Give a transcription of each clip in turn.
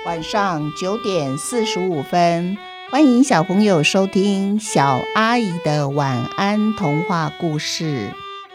晚上9:45，欢迎小朋友收听小阿姨的晚安童话故事。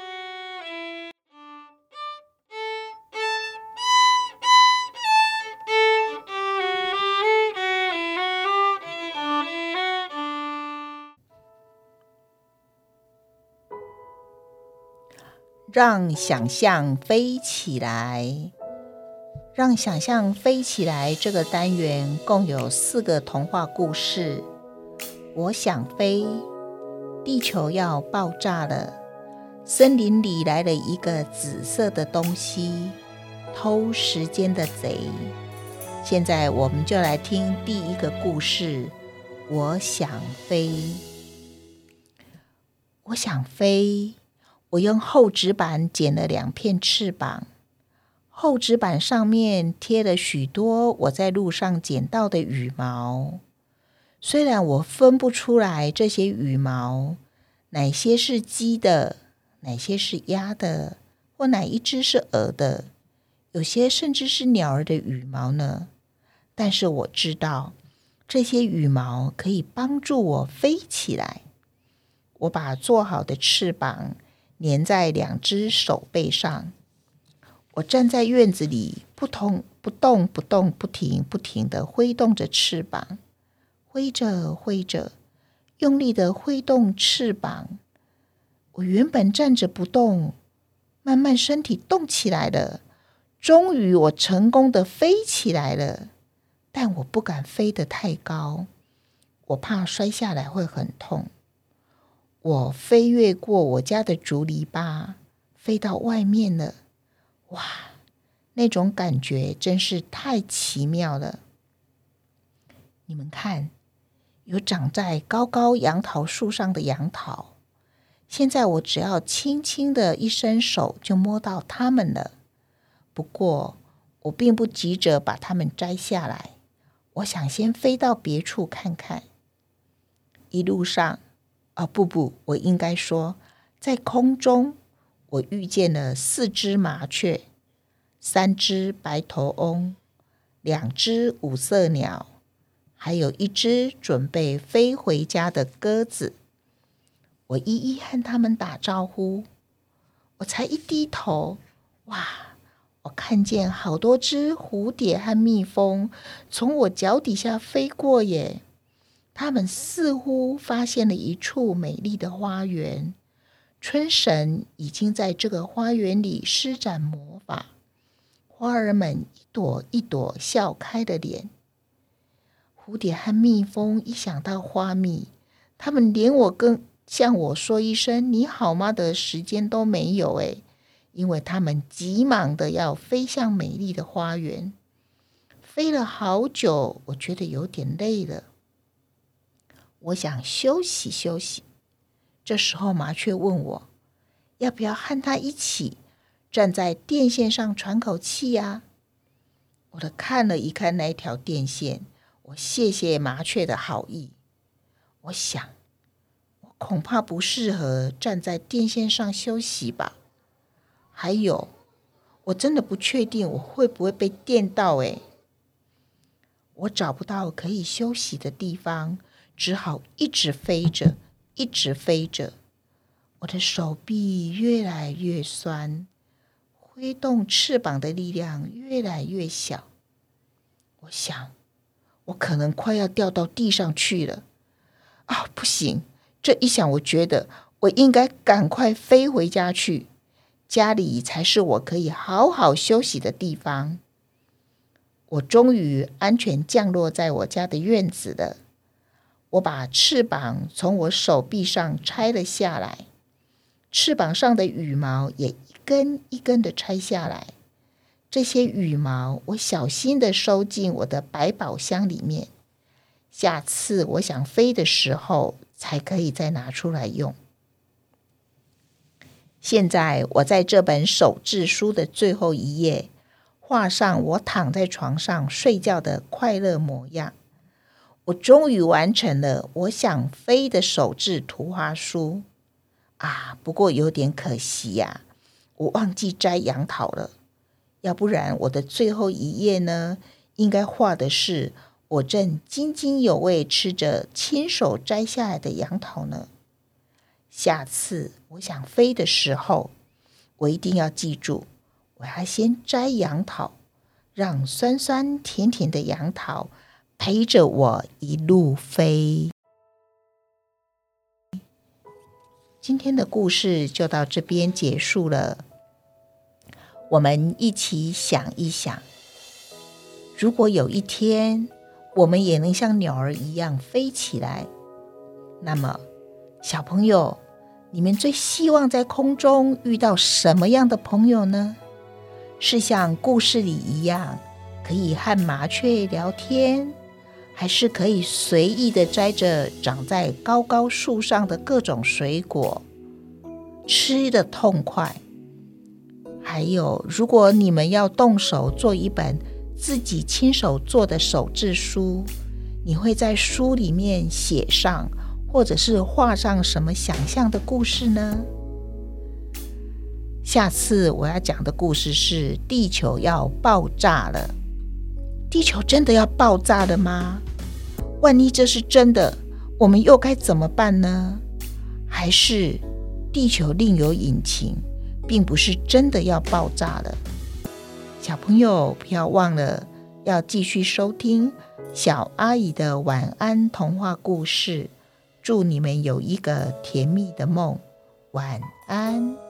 让想象飞起来，让想象飞起来这个单元共有4个童话故事。我想飞，地球要爆炸了，森林里来了一个紫色的东西，偷时间的贼。现在我们就来听第一个故事，我想飞。我想飞，我用厚纸板剪了2片翅膀，厚纸板上面贴了许多我在路上捡到的羽毛。虽然我分不出来这些羽毛哪些是鸡的，哪些是鸭的，或哪一只是鹅的，有些甚至是鸟儿的羽毛呢，但是我知道这些羽毛可以帮助我飞起来。我把做好的翅膀粘在2只手背上，我站在院子里，不动不停地挥动着翅膀，挥着，用力地挥动翅膀。我原本站着不动，慢慢身体动起来了，终于我成功地飞起来了。但我不敢飞得太高，我怕摔下来会很痛。我飞越过我家的竹篱笆，飞到外面了。哇，那种感觉真是太奇妙了。你们看，有长在高高杨桃树上的杨桃，现在我只要轻轻的一伸手就摸到它们了。不过我并不急着把它们摘下来，我想先飞到别处看看。一路上我应该说在空中我遇见了4只麻雀，3只白头翁，2只五色鸟，还有1只准备飞回家的鸽子。我一一和他们打招呼，我才一低头，哇，我看见好多只蝴蝶和蜜蜂从我脚底下飞过耶。他们似乎发现了一处美丽的花园，春神已经在这个花园里施展魔法，花儿们一朵一朵笑开了脸。蝴蝶和蜜蜂一想到花蜜，他们连向我说一声你好吗的时间都没有耶，因为他们急忙的要飞向美丽的花园。飞了好久，我觉得有点累了，我想休息休息。这时候麻雀问我，要不要和它一起站在电线上喘口气呀？我看了一看那条电线，我谢谢麻雀的好意。我想，我恐怕不适合站在电线上休息吧。还有，我真的不确定我会不会被电到耶。我找不到可以休息的地方，只好一直飞着。我的手臂越来越酸，挥动翅膀的力量越来越小。我想，我可能快要掉到地上去了。不行，这一想，我觉得我应该赶快飞回家去，家里才是我可以好好休息的地方。我终于安全降落在我家的院子了。我把翅膀从我手臂上拆了下来，翅膀上的羽毛也一根一根的拆下来。这些羽毛我小心的收进我的百宝箱里面，下次我想飞的时候才可以再拿出来用。现在我在这本手制书的最后一页画上我躺在床上睡觉的快乐模样。我终于完成了我想飞的手制图画书不过有点可惜呀，我忘记摘杨桃了，要不然我的最后一页呢， 应该画的是我正津津有味吃着亲手摘下来的杨桃呢。下次我想飞的时候，我一定要记住，我要先摘杨桃，让酸酸甜甜的杨桃陪着我一路飞。今天的故事就到这边结束了。我们一起想一想，如果有一天我们也能像鸟儿一样飞起来，那么小朋友，你们最希望在空中遇到什么样的朋友呢？是像故事里一样可以和麻雀聊天，还是可以随意的摘着长在高高树上的各种水果，吃得痛快？还有，如果你们要动手做一本自己亲手做的手制书，你会在书里面写上或者是画上什么想象的故事呢？下次我要讲的故事是地球要爆炸了。地球真的要爆炸了吗？万一这是真的，我们又该怎么办呢？还是地球另有隐情，并不是真的要爆炸了？小朋友不要忘了要继续收听小阿姨的晚安童话故事，祝你们有一个甜蜜的梦，晚安。